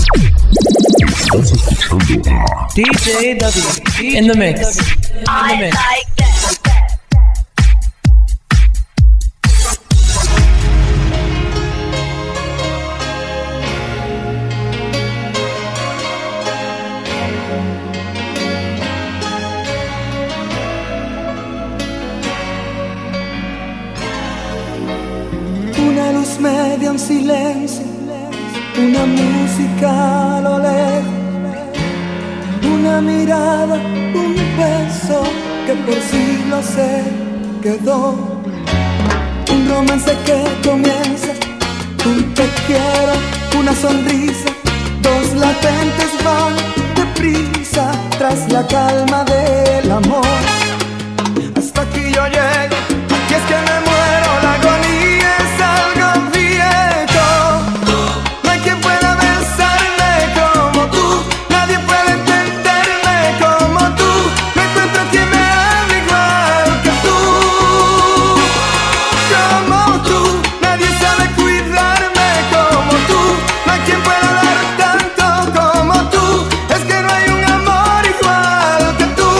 Estás escuchando a DJ W in the mix. I like that. Una luz media, un silencio, una música a lo lejos, una mirada, un beso que por siglos se quedó, un romance que comienza, un te quiero, una sonrisa, dos latentes van deprisa tras la calma del amor. Hasta aquí yo llego, aquí es que me muero, la agonía es algo viejo. No hay quien pueda besarme como tú, nadie puede entenderme como tú. No encuentro quien me ame igual que tú, como tú. Nadie sabe cuidarme como tú, no hay quien pueda dar tanto como tú. Es que no hay un amor igual que tú.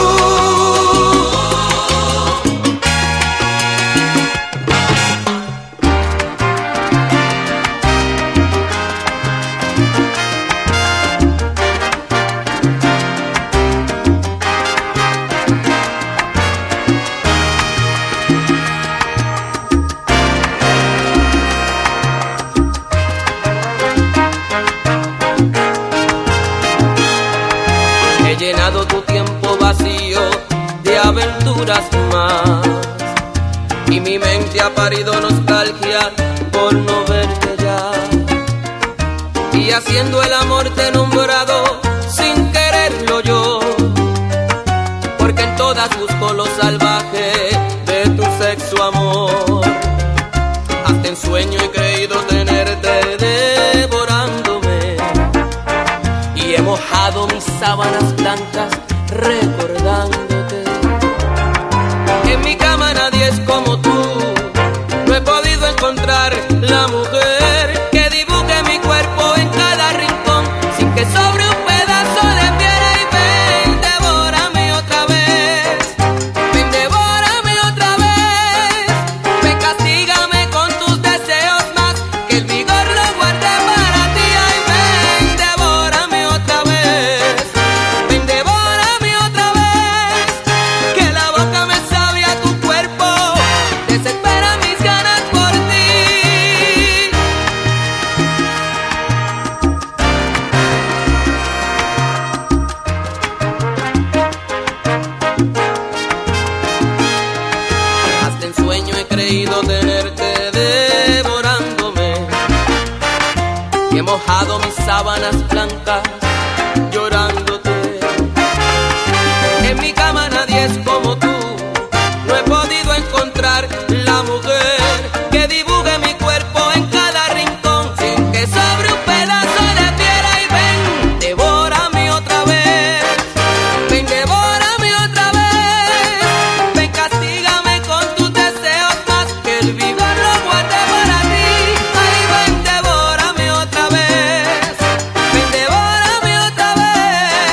He llenado tu tiempo vacío de aventuras más, y mi mente ha parido nostalgia por no verte ya. Y haciendo el amor te he nombrado sin quererlo yo, porque en todas busco lo salvaje de tu sexo amor. Hasta en sueño he creído tenerte devorándome, y he mojado mis sábanas blancas recordándote. En mi cama nadie es como tú, no he podido encontrar la mujer que dibuje mi cuerpo en cada rincón, sin que sobre un pedazo de piedra. Y ven, devórame otra vez, ven, devórame otra vez, ven, castígame con tus deseos más, que el vigor lo guarde para ti. Ay, ven, devórame otra vez, ven, devórame otra vez, que la boca me sabe a tu cuerpo, desespera mis ganas por ti. Hasta en sueño he creído tenerte devorándome, y he mojado mis sábanas blancas llorándote. En mi cama nadie es como tú, no he podido encontrar la mujer que dibuje mi cuerpo en cada rincón, sin que sobre un pedazo de piedra. Y ven, devórame otra vez, ven, devórame otra vez, ven, castígame con tus deseos más, que el vigor lo guarde para ti. Ay, ven, devórame otra vez, ven, devórame otra vez,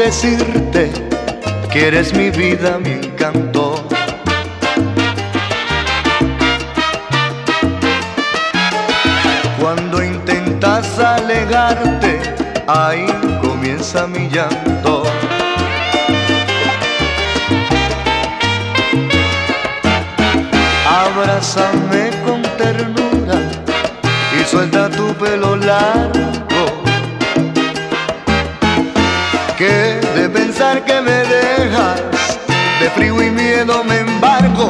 decirte que eres mi vida, mi encanto. Cuando intentas alejarte, ahí comienza mi llanto. Abrázame con ternura y suelta tu pelo largo, que de pensar que me dejas, de frío y miedo me embargo.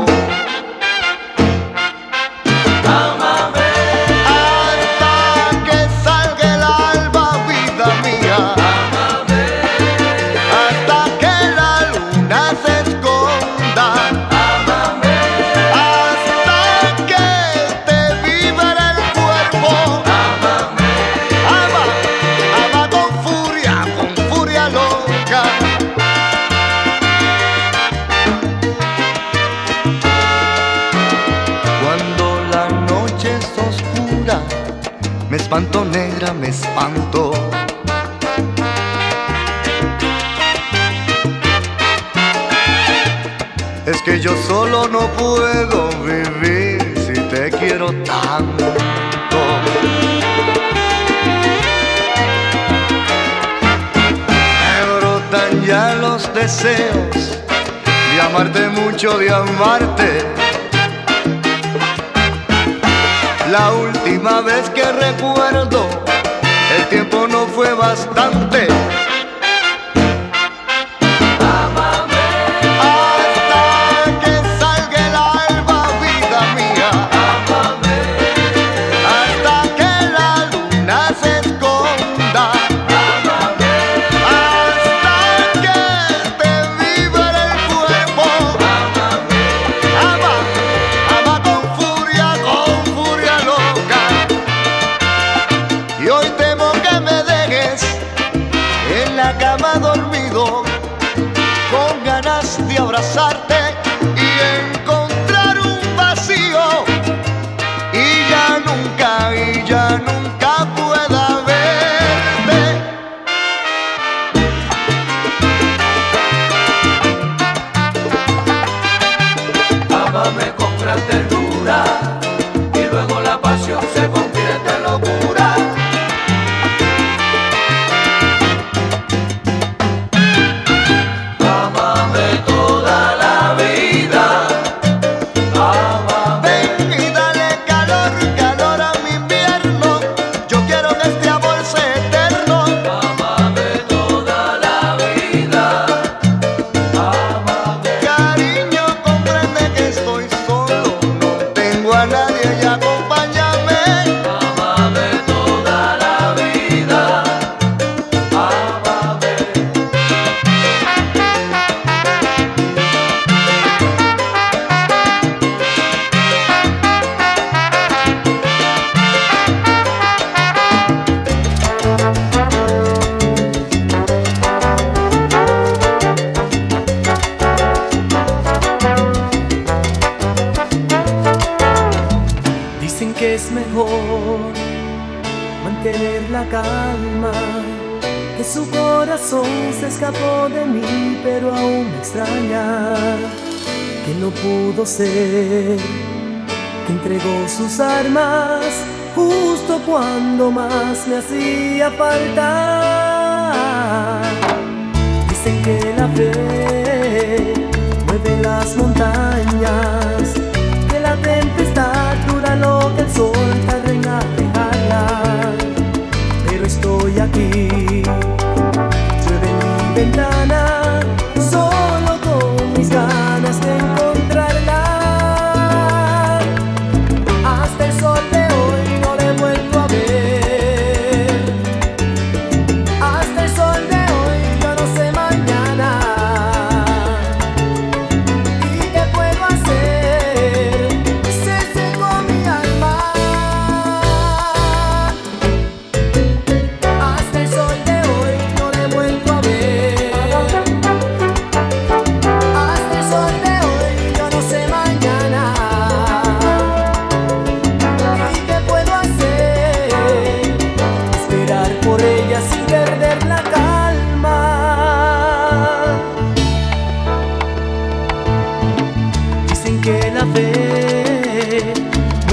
Ámame hasta que salga el alba, vida mía. Ámame Hasta que la luna se esconda. Ámame Hasta que te vibra el cuerpo. Ámame Ama, ama con furia loca. Cuando la noche es oscura, me espanto negra, me espanto. Es que yo solo no puedo vivir si te quiero tanto. Me brotan ya los deseos de amarte mucho, de amarte. La última vez que recuerdo, el tiempo no fue bastante. Hasta que salga el alba, vida mía. Hasta que la luna se esconda. Hasta que te vibre el cuerpo. Ama, ama con furia loca. Y hoy temo que me dejes en la cama dormido, con ganas de abrazarte y encontrar un vacío, y ya nunca pueda verte. Ámame con gran ternura y luego la pasión se convierte en locura. Ámame toda la vida. Ámame Ven y dale calor a mi invierno. Yo quiero que este amor sea eterno. Ámame toda la vida. Ámame Cariño, comprende que estoy solo, no tengo a nadie y acompáñame. Ámame toda la vida. Ámame Dicen que es mejor mantener la calma, que su corazón se escapó de mí, pero aún me extraña que no pudo ser, que entregó sus armas justo cuando más me hacía falta. Dicen que la fe mueve las montañas, que la tempestad dura lo que el sol tarda en alejarla. Pero estoy aquí, llueve en mi ventana, solo con mis ganas de encontrarla. Hasta el sol de hoy no le he vuelto a ver. Hasta el sol de hoy yo no sé mañana. ¿Y qué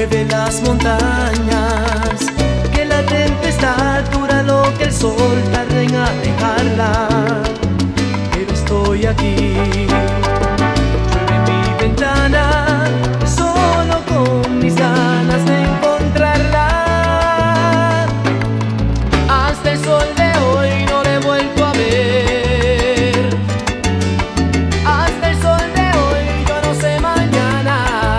mueve las montañas, que la tempestad dura lo que el sol tarda en alejarla, pero estoy aquí. Llueve en mi ventana, solo con mis ganas de encontrarla. Hasta el sol de hoy no le he vuelto a ver. Hasta el sol de hoy yo no sé mañana.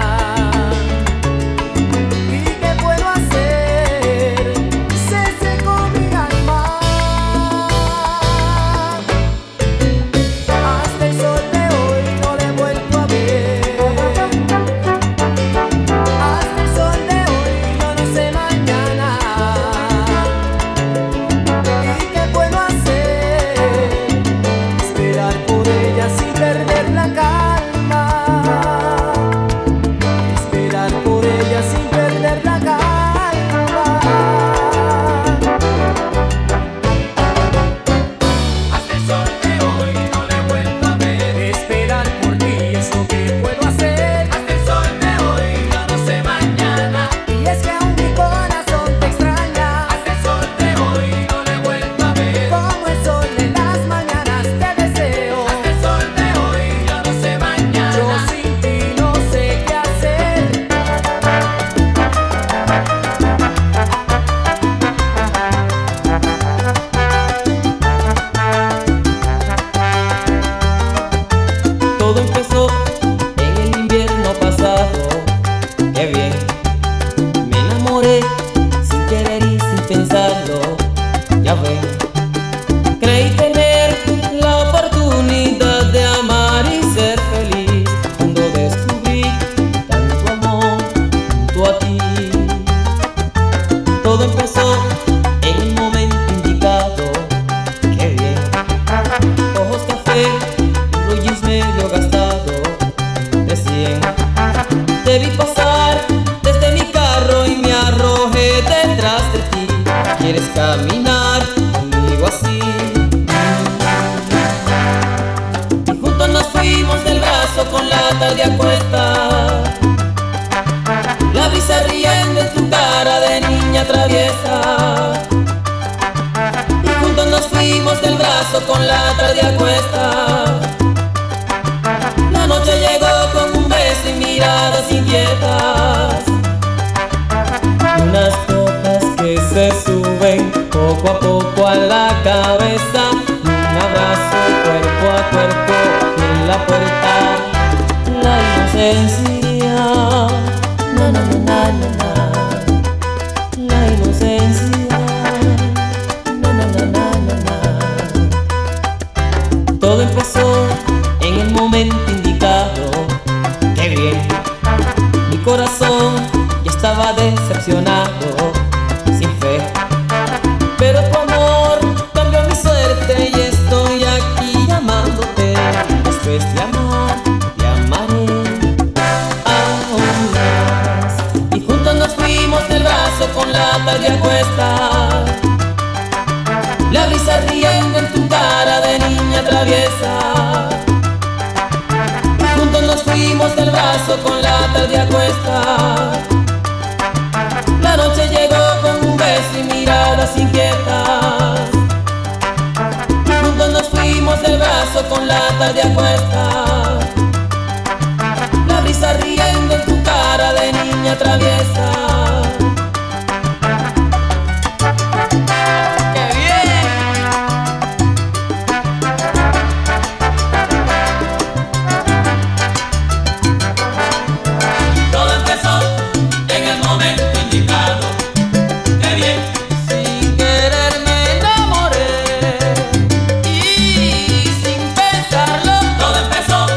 ¿Y qué puedo hacer? Se secó mi alma. Hasta el sol de hoy no le he vuelto a ver. Hasta el sol de hoy yo no sé mañana. ¿Y qué puedo hacer? Esperar por ella sin perder la calma. Esperar por ella sin perder la calma. Hasta el sol de hoy no le he vuelto a ver. Esperar por ti es lo que puedo hacer. Hasta el sol de hoy yo no sé mañana. Y es que aún mi corazón te extraña. Hasta el sol de hoy no le he vuelto a ver. Como el sol en las mañanas te deseo. Hasta el sol de hoy yo no sé mañana. Yo sin ti no sé qué hacer. Todo empezó en el invierno pasado. Qué bien, me enamoré sin querer y sin pensarlo. Ya ven, creí tener la oportunidad de amar y ser feliz cuando descubrí tanto amor junto a ti. Todo empezó en el momento indicado. Qué bien, ojos café, blue jeans medio gastado de 100. Te vi pasar desde mi carro y me arrojé detrás de ti. ¿Quieres caminar conmigo así? Y juntos nos fuimos del brazo con la tarde a cuestas. La brisa riendo en tu cara de niña traviesa. Y juntos nos fuimos del brazo con la tarde a cuestas. La noche llegó con un beso y miradas inquietas. Unas gotas que se suben poco a poco a la cabeza. Un abrazo cuerpo a cuerpo en la puerta. La inocencia, na na na na na na. La inocencia, na na na na na na. Todo empezó en el momento indicado. Qué bien, mi corazón ya estaba decepcionado, sin fe. Pero tu amor cambió mi suerte y estoy aquí llamándote. Después de amar, te amaré aún más. Y juntos nos fuimos del brazo con la tarde a cuestas. La brisa riendo en tu cara de niña traviesa. Y juntos nos fuimos del brazo con la tarde a cuestas. La noche llegó con un beso y miradas inquietas. Y juntos nos fuimos del brazo con la tarde a cuestas. La brisa riendo en tu cara de niña traviesa. ¡Qué bien! Todo empezó en el momento indicado. ¡Qué bien! Sin querer me enamoré y sin pensarlo. Todo empezó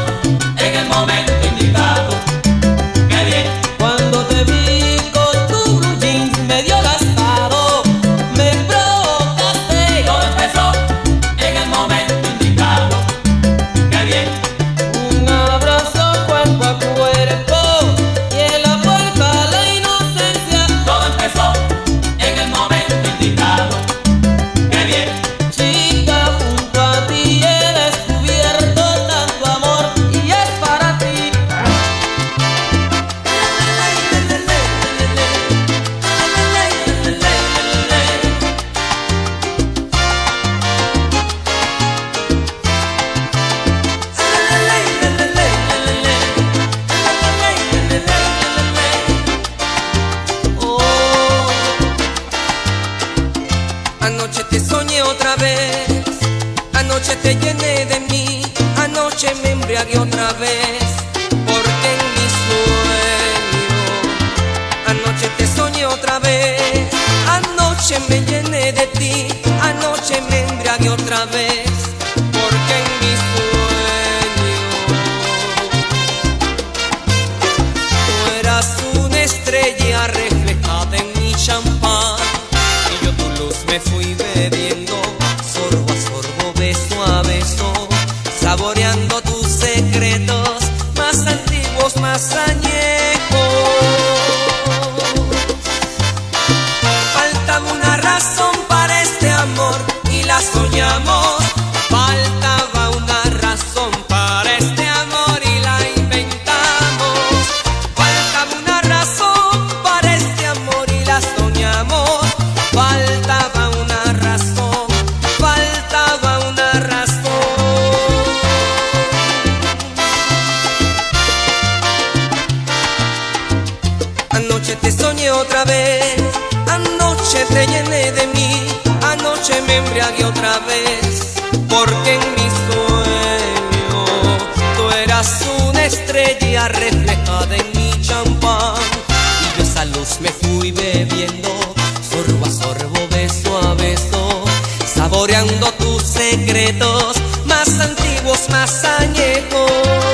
te llené de mí, anoche me embriagué otra vez, porque en mi sueño anoche te soñé otra vez. Anoche me llené de ti, anoche me embriagué otra vez, porque en mi sueño tú eras una estrella reflejada en mi champán, y yo tu luz me fui bebiendo, sorbo a sorbo, beso a beso, saboreando tus secretos más antiguos, más añejos. Faltaba una razón para este amor y la soñamos. Faltaba una razón para este amor y la inventamos. Faltaba una razón para este amor y la soñamos. Faltaba una razón, faltaba una razón. Anoche te soñé otra vez, anoche te llené de mí, anoche me embriagué otra vez, porque en mi sueño tú eras una estrella reflejada en mi champán, y yo esa luz me fui bebiendo, sorbo a sorbo, beso a beso, saboreando tus secretos más antiguos, más añejos.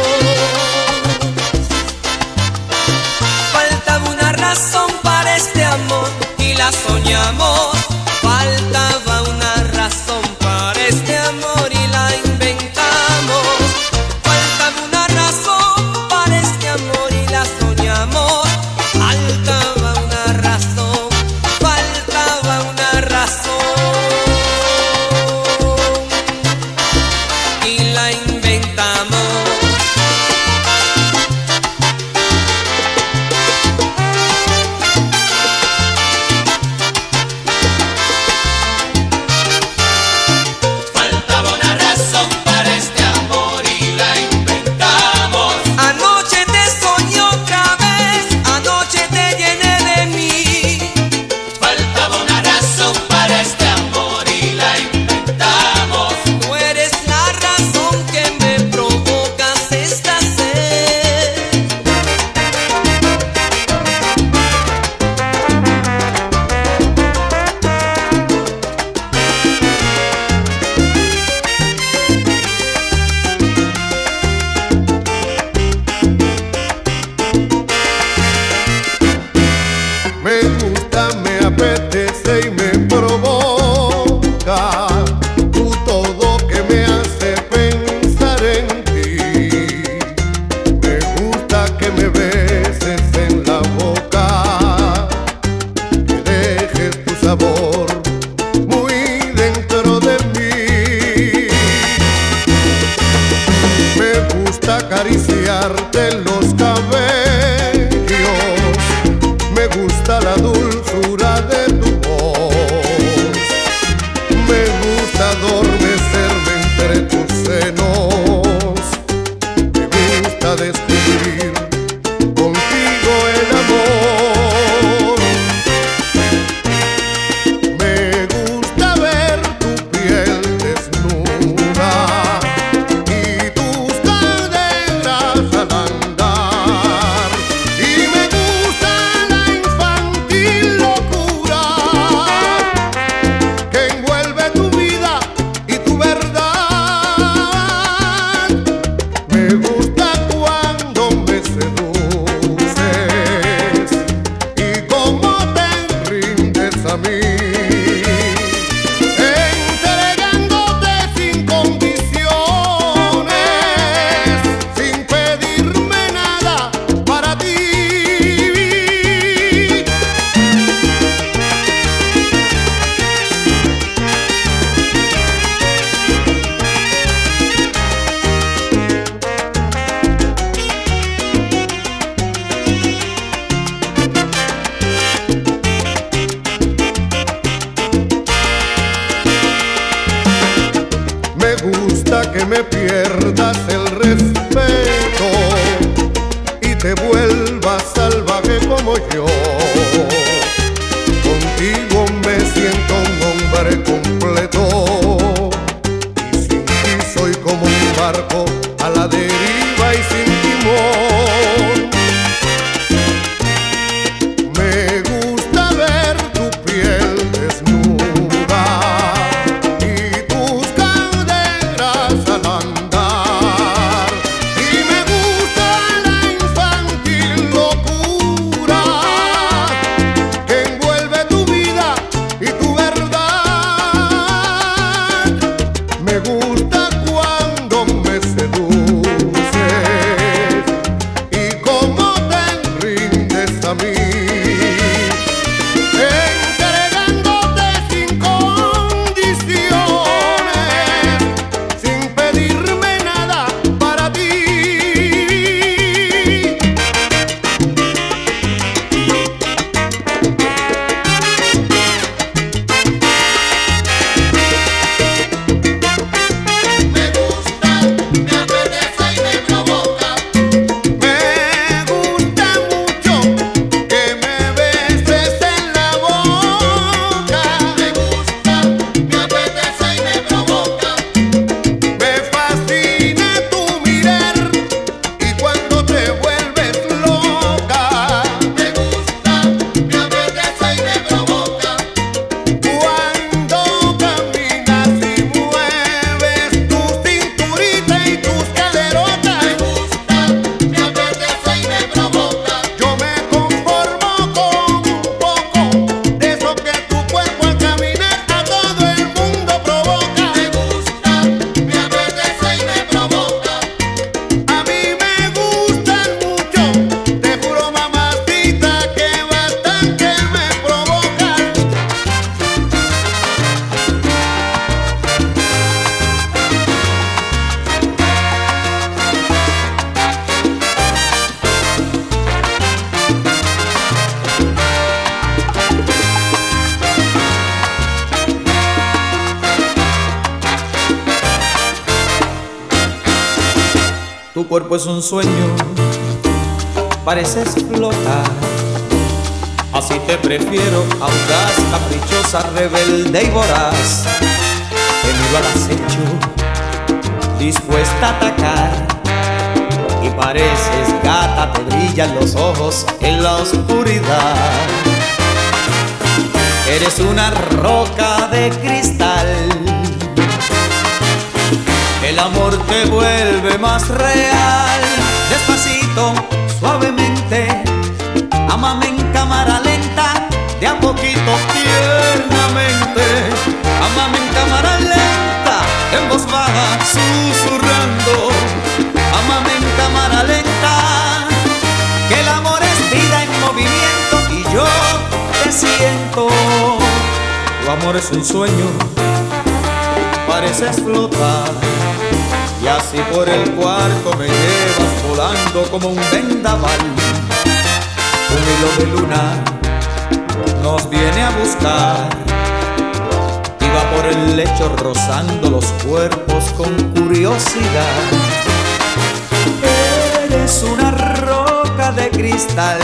Faltaba una razón para este amor y la soñamos. Faltaba una razón para este amor y la inventamos. Faltaba una razón para este amor y la soñamos. Faltaba una razón, faltaba una razón y la inventamos. Anoche te soñé otra vez, anoche te llené de mí. Faltaba una razón para este amor y la inventamos. Tú eres la razón que me provocas esta sed. Me gusta, me apetece y me provoca tú todo que me hace pensar en ti. Me gusta que me beses en la boca, que dejes tu sabor muy dentro de mí. Me gusta acariciarte los cabellos, me gusta la dulzura de tu voz, me gusta adormecerme entre tus senos, me gusta descubrir contigo el amor. Me gusta ver tu piel desnuda y tus caderas al andar, y me gusta la infantil locura que envuelve tu vida y tu verdad. Me gusta cuando me seduces y cómo te rindes a mí, entregándote sin condiciones, sin pedirme nada para ti. Me gusta que me pierdas el respeto y te vuelvas salvaje como yo. Contigo me siento un hombre completo y sin ti Tu cuerpo es un sueño, pareces flotar. Así te prefiero, audaz, caprichosa, rebelde y voraz. Venido al acecho, dispuesta a atacar. Y pareces gata, te brillan los ojos en la oscuridad. Eres una roca de cristal. El amor te vuelve más real. Despacito, suavemente, ámame en cámara lenta, de a poquito tiernamente. Ámame en cámara lenta, en voz baja, susurrando. Ámame en cámara lenta, que el amor es vida en movimiento y yo te siento. Tu amor es un sueño, pareces flotar. Y así por el cuarto me llevas volando como un vendaval. Un hilo de luna nos viene a buscar y va por el lecho rozando los cuerpos con curiosidad. Eres una roca de cristal.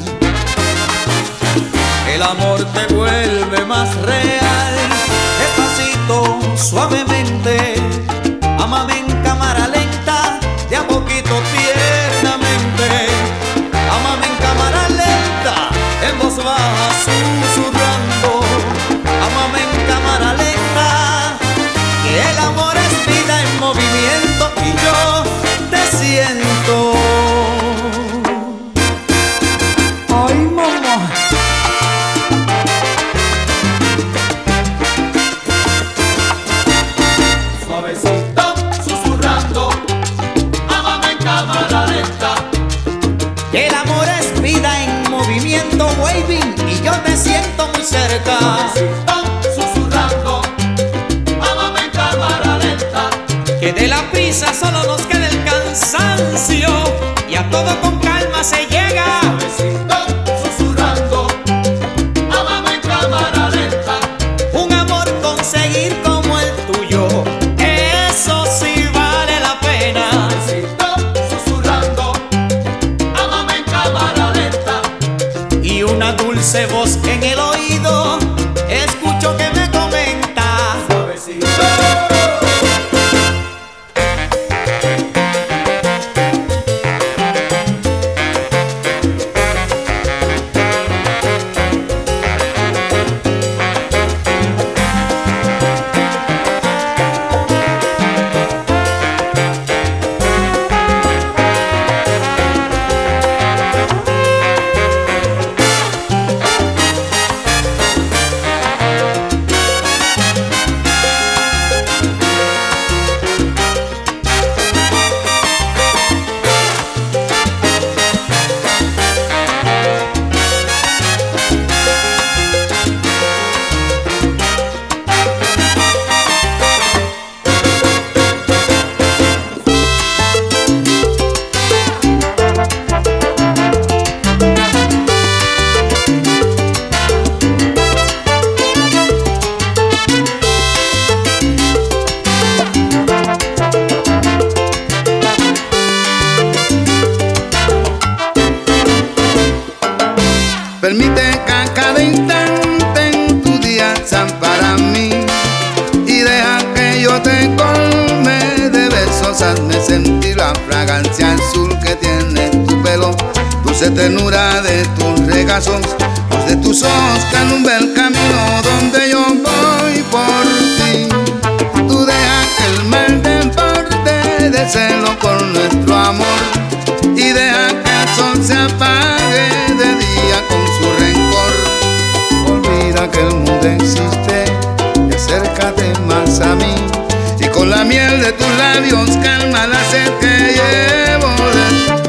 El amor te vuelve más real. Despacito, suavemente, ámame en cámara lenta, de a poquito tiernamente. Ámame en cámara lenta, en voz baja, susurrando. Ámame en cámara lenta, que el amor es vida en movimiento y yo te siento. Ay, mamá. Suavecito, susurrando, ámame en cámara lenta. El amor es vida en movimiento, waving, y yo te siento muy cerca. Suavecito, susurrando, ámame en cámara lenta. Que de la prisa solo nos queda el cansancio y a todo con calma se llega. Suavecito, susurrando, ámame en cámara lenta. Un amor conseguir como el tuyo, eso sí vale la pena. Suavecito, susurrando, ámame en cámara lenta. Y una dulce voz en el oído escucho que me comenta. Suavecito. Permite que a cada instante en tu día sean para mí y deja que yo te colme de besos. Hazme sentir la fragancia azul que tiene tu pelo, dulce ternura de tus regazos, luz de tus ojos que alumbra el camino donde yo voy por ti. Tú deja que el mal desborde de celo por nuestro amor y deja que el sol se apague de día con su rencor. Olvida que el mundo existe y acércate más a mí, y con la miel de tus labios calma la sed que llevo de ti.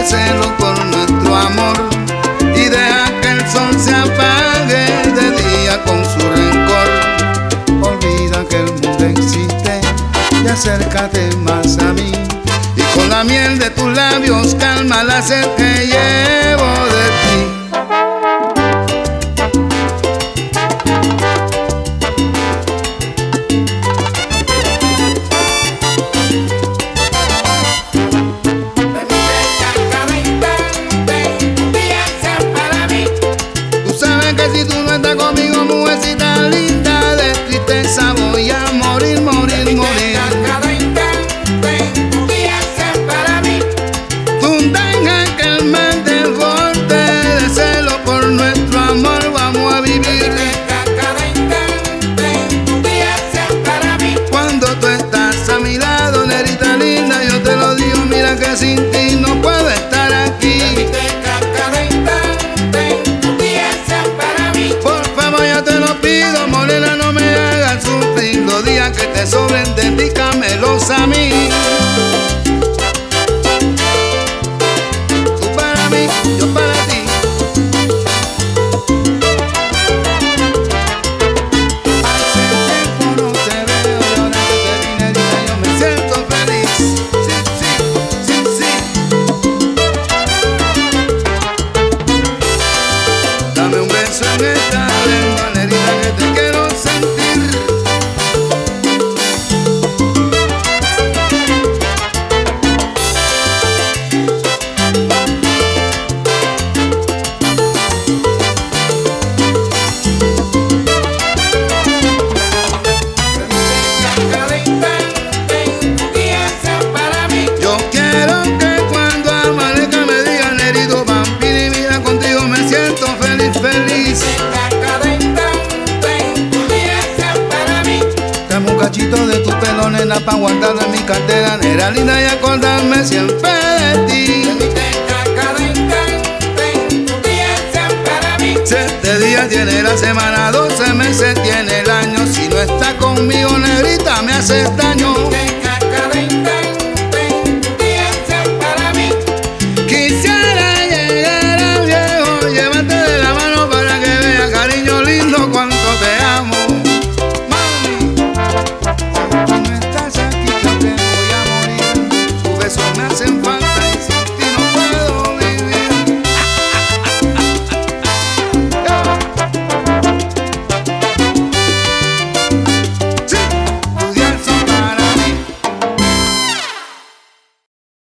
celos por nuestro amor y deja que el sol se apague de día con su rencor. Olvida que el mundo existe y acércate más a mí, y con la miel de tus labios calma la sed que llevo de ti. Si tú no estás conmigo, mujercita linda, de tristeza voy a morir, morir, morir. Cada instante tu día sea para mí. Tú tengas que el mente fuerte de celo por nuestro amor vamos a vivir. Cada instante tu día sea para mí. Cuando tú estás a mi lado, negrita linda, yo te lo digo, mira que sin ti no puedo estar aquí. Cada instante tu día sea para mí. Por favor, yo te lo pido, morena, no me hagas sufrir. Los días que te sobren, dedícamelos a mí. Tú para mí, yo para ti. Hace tiempo no te veo y ahora que te vi, negrita, yo me siento feliz. Sí, sí, sí, sí. Dame un beso en esta lengua, negrita, que te quiero sentir. Cada instante tu día sea para mí. Yo quiero que cuando amanezca me diga, negrito vampiro, y mira, contigo me siento feliz, feliz. Cada instante tu día sea para mí. Dame un cachito de tu pelo, nena, pa' guardarlo en mi cartera, negra linda, y acordarme siempre de ti. Cada instante tu día sea para mí. 7 días tiene la semana, 12 meses tiene el año. Si no estás conmigo, negrita, me haces daño.